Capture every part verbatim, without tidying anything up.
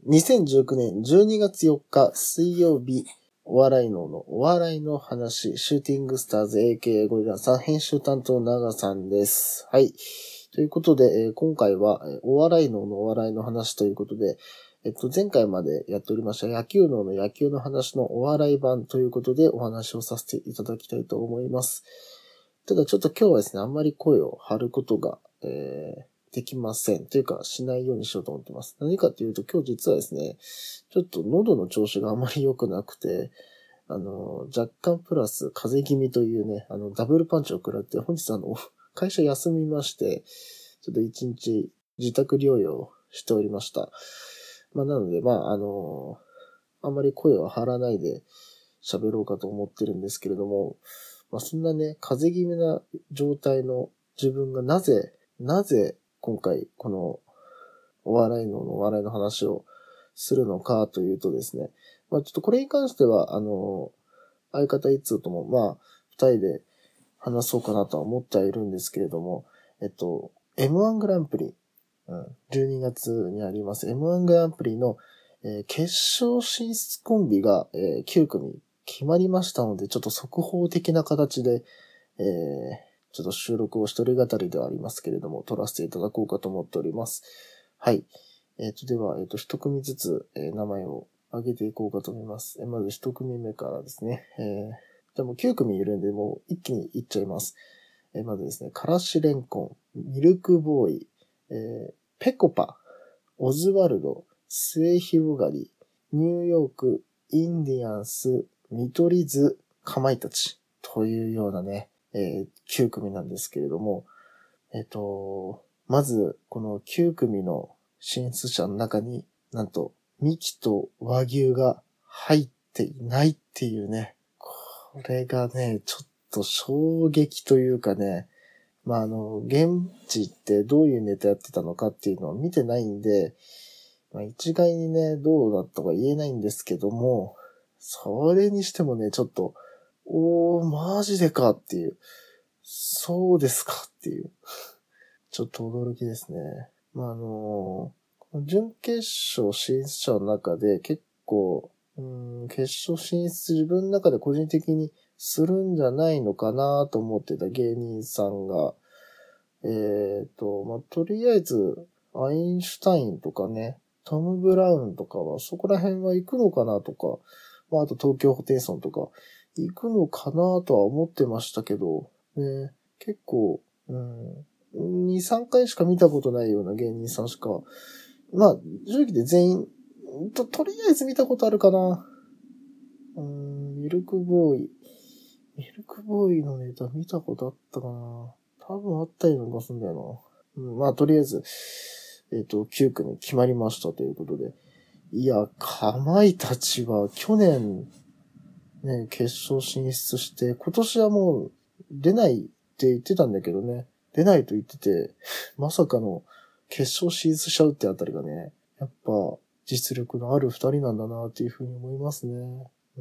にせんじゅうきゅうねんじゅうにがつよっか水曜日、お笑い脳のお笑いの話、シューティングスターズ エーケー ゴリラさん、編集担当長さんです。はい。ということで、えー、今回は、えー、お笑い脳のお笑いの話ということで、えっと、前回までやっておりました野球脳の野球の話のお笑い版ということでお話をさせていただきたいと思います。ただちょっと今日はですね、あんまり声を張ることが、えーできません。というか、しないようにしようと思ってます。何かというと、今日実はですね、ちょっと喉の調子があまり良くなくて、あの、若干プラス風邪気味というね、あの、ダブルパンチを食らって、本日あの、会社休みまして、ちょっと一日自宅療養しておりました。まあ、なので、まあ、あの、あんまり声を張らないで喋ろうかと思ってるんですけれども、まあ、そんなね、風邪気味な状態の自分がなぜ、なぜ、今回、この、お笑いのお笑いの話をするのかというとですね、まあちょっとこれに関しては、あの、相方一通とも、まあ、二人で話そうかなとは思ってはいるんですけれども、えっと、エムワン グランプリ、うん、じゅうにがつにあります エムワン グランプリの、えー、決勝進出コンビが、えー、きゅうくみ決まりましたので、ちょっと速報的な形で、えーちょっと収録を一人語りではありますけれども、撮らせていただこうかと思っております。はい。えっ、ー、と、では、えっ、ー、と、一組ずつ、えー、名前を挙げていこうかと思います。えー、まず一組目からですね。えー、じゃあもうきゅうくみいるんで、もう一気にいっちゃいます。えー、まずですね、からしれんこん、ミルクボーイ、えー、ペコパ、オズワルド、末広がり、ニューヨーク、インディアンス、見取り図、かまいたち、というようなね、えー、きゅうくみなんですけれども、えっと、まず、このきゅうくみの進出者の中に、なんと、ミキと和牛が入っていないっていうね、これがね、ちょっと衝撃というかね、まあ、あの、現地ってどういうネタやってたのかっていうのを見てないんで、まあ、一概にね、どうだったか言えないんですけども、それにしてもね、ちょっと、おー、マジでかっていう。そうですかっていう。ちょっと驚きですね。まあ、あのー、準決勝進出者の中で結構、うーん、決勝進出自分の中で個人的にするんじゃないのかなと思ってた芸人さんが、えっと、まあ、とりあえず、アインシュタインとかね、トム・ブラウンとかは、そこら辺は行くのかなとか、まあ、あと東京ホテイソンとか、行くのかなとは思ってましたけど、ね、結構、うん、に、さんかいしか見たことないような芸人さんしか、まあ、正直で全員、と、とりあえず見たことあるかな。うん、ミルクボーイ。ミルクボーイのネタ見たことあったかな。多分あったような気がするんだよな。うん、まあ、とりあえず、えっと、きゅうくみ決まりましたということで。いや、かまいたちは去年、ね、決勝進出して、今年はもう出ないって言ってたんだけどね。出ないと言ってて、まさかの決勝進出しちゃうってあたりがね、やっぱ実力のある二人なんだなっていうふうに思いますね。うん。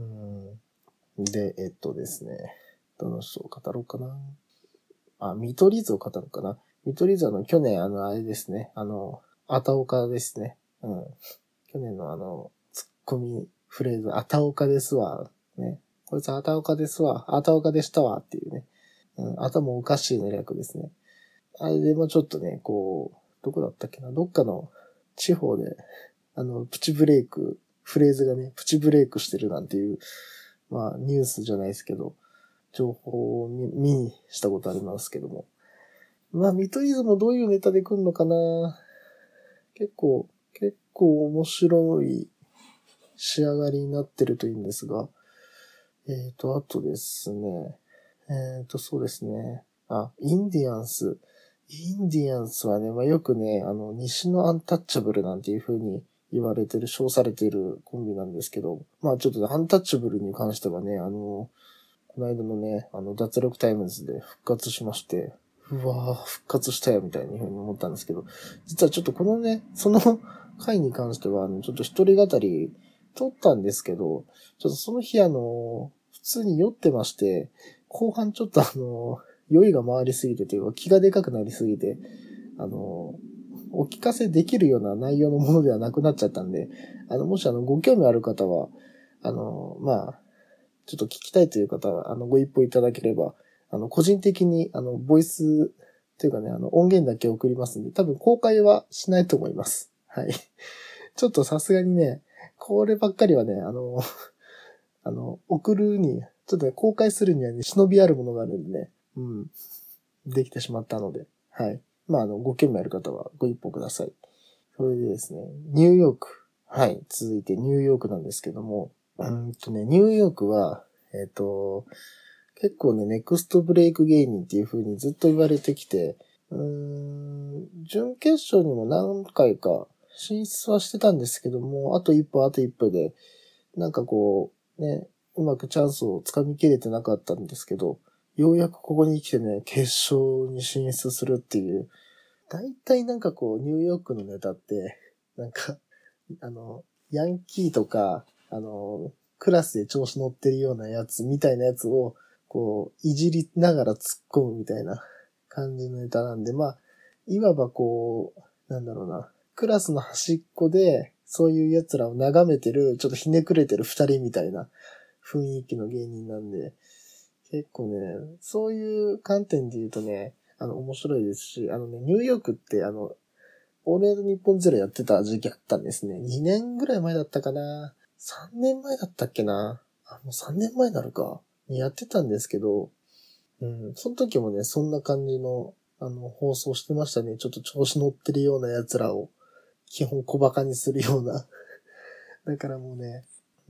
で、えっとですね。どの人を語ろうかな。あ、見取り図を語ろうかな。見取り図はあの、去年あの、あれですね。あの、あたおかですね。うん。去年のあの、ツッコミフレーズ、あたおかですわ。ね。こいつあたおかですわ。あたおかでしたわ。っていうね。うん。頭おかしいの略ですね。あれでもちょっとね、こう、どこだったっけな。どっかの地方で、あの、プチブレイク、フレーズがね、プチブレイクしてるなんていう、まあ、ニュースじゃないですけど、情報を見、見にしたことありますけども。まあ、見取り図もどういうネタで来るのかな。結構、結構面白い仕上がりになってるといいんですが。えーと、あとですね。えーと、そうですね。あ、インディアンス。インディアンスはね、まあ、よくね、あの、西のアンタッチャブルなんていう風に言われてる、称されているコンビなんですけど、まあちょっとね、アンタッチャブルに関してはね、あの、この間のね、あの、脱力タイムズで復活しまして、うわぁ、復活したよ、みたいにふうに思ったんですけど、実はちょっとこのね、その回に関しては、あの、ちょっと一人語り撮ったんですけど、ちょっとその日あの、普通に酔ってまして、後半ちょっとあの、酔いが回りすぎてというか、気がでかくなりすぎて、あの、 お聞かせできるような内容のものではなくなっちゃったんで、あの、もしあの、ご興味ある方は、あの、まあ、ちょっと聞きたいという方は、あの、ご一報いただければ、あの、個人的に、あの、ボイス、というかね、あの、音源だけ送りますんで、多分公開はしないと思います。はい。ちょっとさすがにね、こればっかりはね、あの、あの、送るに、ちょっとね、公開するにはね、忍びあるものがあるんでね、うん。できてしまったので、はい。まあ、あの、ご興味ある方はご一報ください。それでですね、ニューヨーク。はい。続いてニューヨークなんですけども、うんとね、ニューヨークは、えっと、結構ね、ネクストブレイク芸人っていう風にずっと言われてきて、うーん、準決勝にも何回か進出はしてたんですけども、あと一歩あと一歩で、なんかこう、ね、うまくチャンスをつかみきれてなかったんですけど、ようやくここに来てね、決勝に進出するっていう、大体なんかこう、ニューヨークのネタって、なんか、あの、ヤンキーとか、あの、クラスで調子乗ってるようなやつみたいなやつを、こう、いじりながら突っ込むみたいな感じのネタなんで、まあ、いわばこう、なんだろうな、クラスの端っこで、そういう奴らを眺めてる、ちょっとひねくれてる二人みたいな雰囲気の芸人なんで、結構ね、そういう観点で言うとね、あの、面白いですし、あのね、ニューヨークって、あの、オールナイトニッポンゼロやってた時期あったんですね。にねんぐらい前だったかな。さんねんまえだったっけな。あ、もうさんねんまえになるか。やってたんですけど、うん、その時もね、そんな感じの、あの、放送してましたね。ちょっと調子乗ってるような奴らを、基本小馬鹿にするような。だからもうね、うん、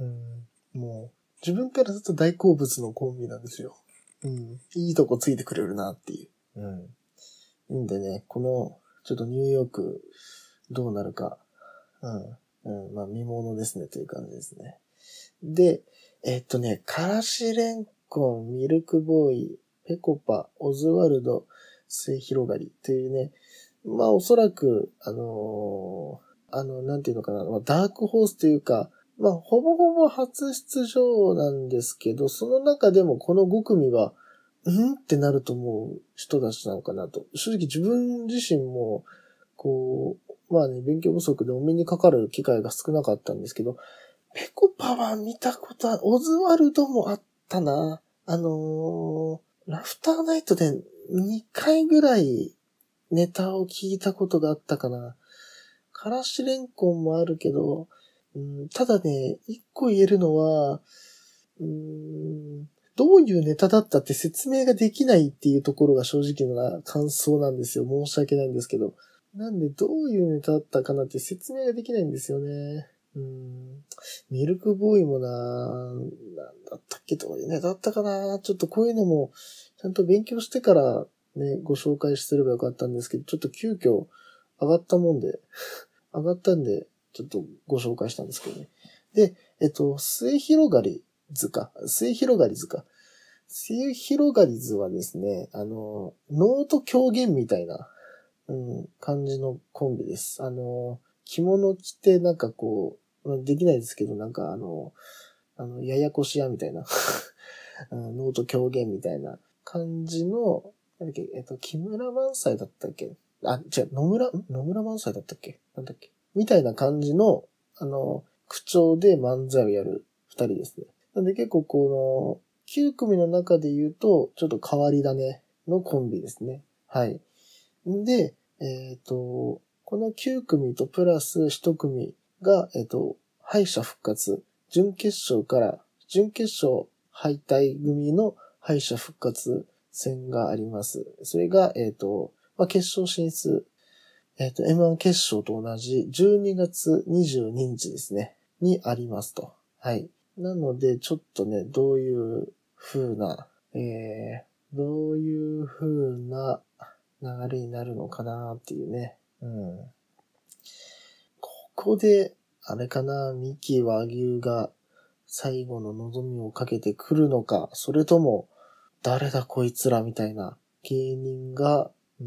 もう、自分からすると大好物のコンビなんですよ。うん、いいとこついてくれるなっていう。うん。いいんでね、この、ちょっとニューヨーク、どうなるか。うん。うん。まあ、見ものですね、という感じですね。で、えっとね、からしれんこん、ミルクボーイ、ペコパ、オズワルド、末広がりというね、まあ、おそらく、あのーあの、なんていうのかな、まあ、ダークホースというか、まあ、ほぼほぼ初出場なんですけど、その中でもこのご組は、うんってなると思う人たちなのかなと。正直自分自身も、こう、まあね、勉強不足でお目にかかる機会が少なかったんですけど、ペコパは見たことは、オズワルドもあったな。あのー、ラフターナイトでにかいぐらいネタを聞いたことがあったかな。からしれんこんもあるけど、うん、ただね、一個言えるのは、うーん、どういうネタだったって説明ができないっていうところが正直な感想なんですよ。申し訳ないんですけど。なんでどういうネタだったかなって説明ができないんですよね。うーん。ミルクボーイもな、なんだったっけどういうネタだったかな。ちょっとこういうのもちゃんと勉強してからね、ご紹介すればよかったんですけど、ちょっと急遽上がったもんで、上がったんで、ちょっとご紹介したんですけどね。で、えっと、末広がり図か。末広がり図か。末広がり図はですね、あの、ノート狂言みたいな、うん、感じのコンビです。あの、着物着てなんかこう、できないですけど、なんかあの、あの、ややこしやみたいな、ノート狂言みたいな感じの、なんだっけ、えっと、木村萬斎だったっけあ、違う、野村、ん野村萬斎だったっけなんだっけみたいな感じの、あの、口調で漫才をやる二人ですね。なんで結構この、きゅう組の中で言うと、ちょっと変わり種のコンビですね。はい。んで、えっと、このきゅう組とプラスいち組が、えっと、敗者復活、準決勝から、準決勝敗退組の敗者復活戦があります。それが、えっと、まあ、決勝進出、えっと、エムワン 決勝と同じじゅうにがつにじゅうににちですね、にありますと。はい。なので、ちょっとね、どういう風な、えー、どういう風な流れになるのかなっていうね。うん。ここで、あれかな、三木和牛が最後の望みをかけてくるのか、それとも、誰だこいつらみたいな芸人が、うん、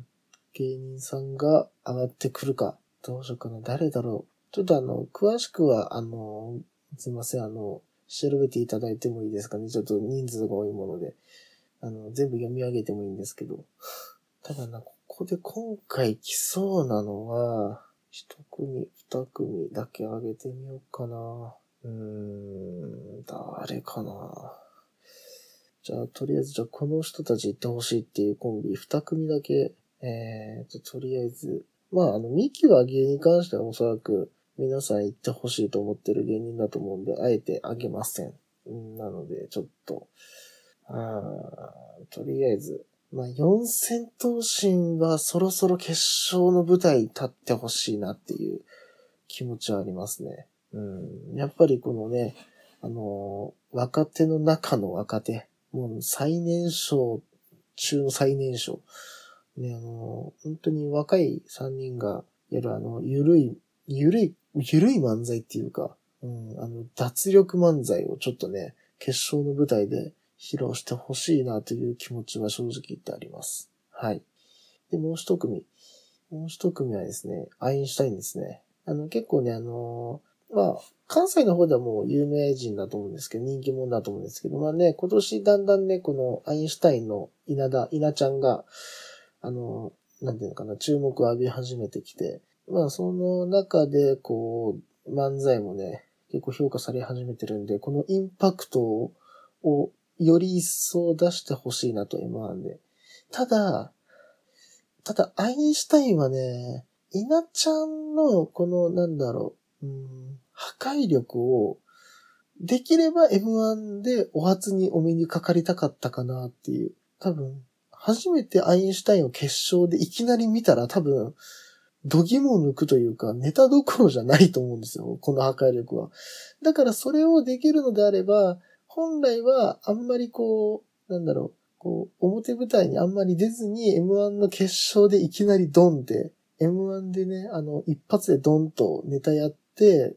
芸人さんが上がってくるか、どうしようかな、誰だろう。ちょっとあの、詳しくは、あの、すいません、あの、調べていただいてもいいですかね。ちょっと人数が多いもので、あの、全部読み上げてもいいんですけど。ただな、こここで今回来そうなのは、一組、二組だけ上げてみようかな。うーん、誰かな。じゃあ、とりあえず、じゃあこの人たち行ってほしいっていうコンビ、二組だけ、えーと、とりあえず、まあ、あの、ミキは芸に関してはおそらく皆さん行ってほしいと思ってる芸人だと思うんで、あえてあげません。なので、ちょっと、あーとりあえず、まあ、四千頭身はそろそろ決勝の舞台に立ってほしいなっていう気持ちはありますね。うん。やっぱりこのね、あのー、若手の中の若手、もう最年少中の最年少。ね、あのー、本当に若い三人がやるあの、ゆるい、ゆるい、ゆるい漫才っていうか、うん、あの、脱力漫才をちょっとね、決勝の舞台で披露してほしいなという気持ちは正直言ってあります。はい。で、もう一組。もう一組はですね、アインシュタインですね。あの、結構ね、あのー、まあ、関西の方ではもう有名人だと思うんですけど、人気者だと思うんですけど、まあね、今年だんだんね、このアインシュタインの稲田、稲ちゃんが、あのー、なんていうのかな、注目を浴び始めてきて、まあ、その中で、こう、漫才もね、結構評価され始めてるんで、このインパクトを、より一層出してほしいなと、エムワン で。ただ、ただ、アインシュタインはね、稲ちゃんの、この、なんだろう、うん、破壊力を、できれば エムワン でお初にお目にかかりたかったかなっていう。多分、初めてアインシュタインを決勝でいきなり見たら多分、度肝を抜くというか、ネタどころじゃないと思うんですよ、この破壊力は。だからそれをできるのであれば、本来はあんまりこう、なんだろう、こう、表舞台にあんまり出ずに エムワン の決勝でいきなりドンって、エムワン でね、あの、一発でドンとネタやって、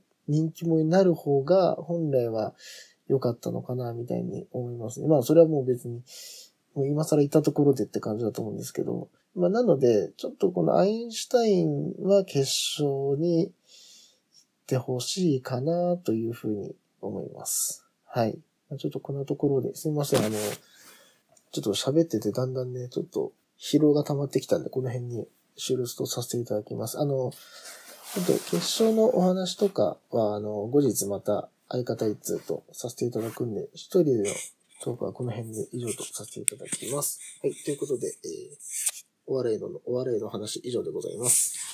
人気者になる方が本来は良かったのかな、みたいに思いますね。まあ、それはもう別に、もう今更言ったところでって感じだと思うんですけど、まあ、なので、ちょっとこのアインシュタインは決勝に行ってほしいかなというふうに思います。はい。ちょっとこんなところで、すいません、あの、ちょっと喋っててだんだんね、ちょっと疲労が溜まってきたんで、この辺に終了とさせていただきます。あの、ちょっと決勝のお話とかは、あの、後日また相方一通とさせていただくんで、一人でのトークはこの辺で以上とさせていただきます。はい、ということで、えー、お笑いの、お笑いの話以上でございます。